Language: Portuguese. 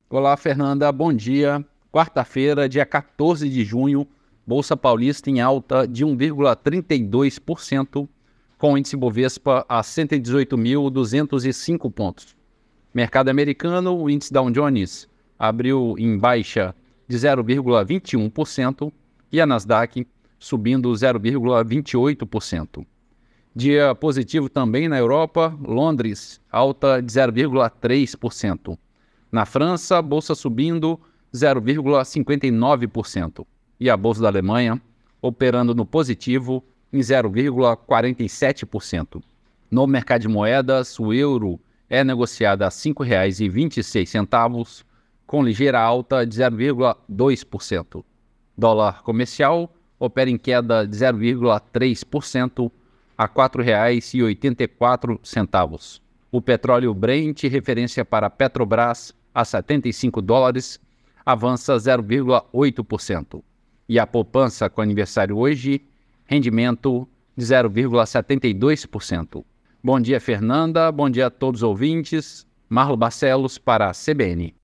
Olá, Fernanda, bom dia. Quarta-feira, dia 14 de junho, Bolsa Paulista em alta de 1,32%, com o índice Bovespa a 118.205 pontos. Mercado americano, o índice Dow Jones abriu em baixa de 0,21% e a Nasdaq subindo 0,28%. Dia positivo também na Europa, Londres, alta de 0,3%. Na França, bolsa subindo 0,59% e a bolsa da Alemanha operando no positivo em 0,47%. No mercado de moedas, o euro é negociado a R$ 5,26, com ligeira alta de 0,2%. Dólar comercial opera em queda de 0,3% a R$ 4,84. O petróleo Brent, referência para Petrobras, a $75, avança 0,8%. E a poupança com aniversário hoje, rendimento de 0,72%. Bom dia, Fernanda. Bom dia a todos os ouvintes. Marlo Barcelos para a CBN.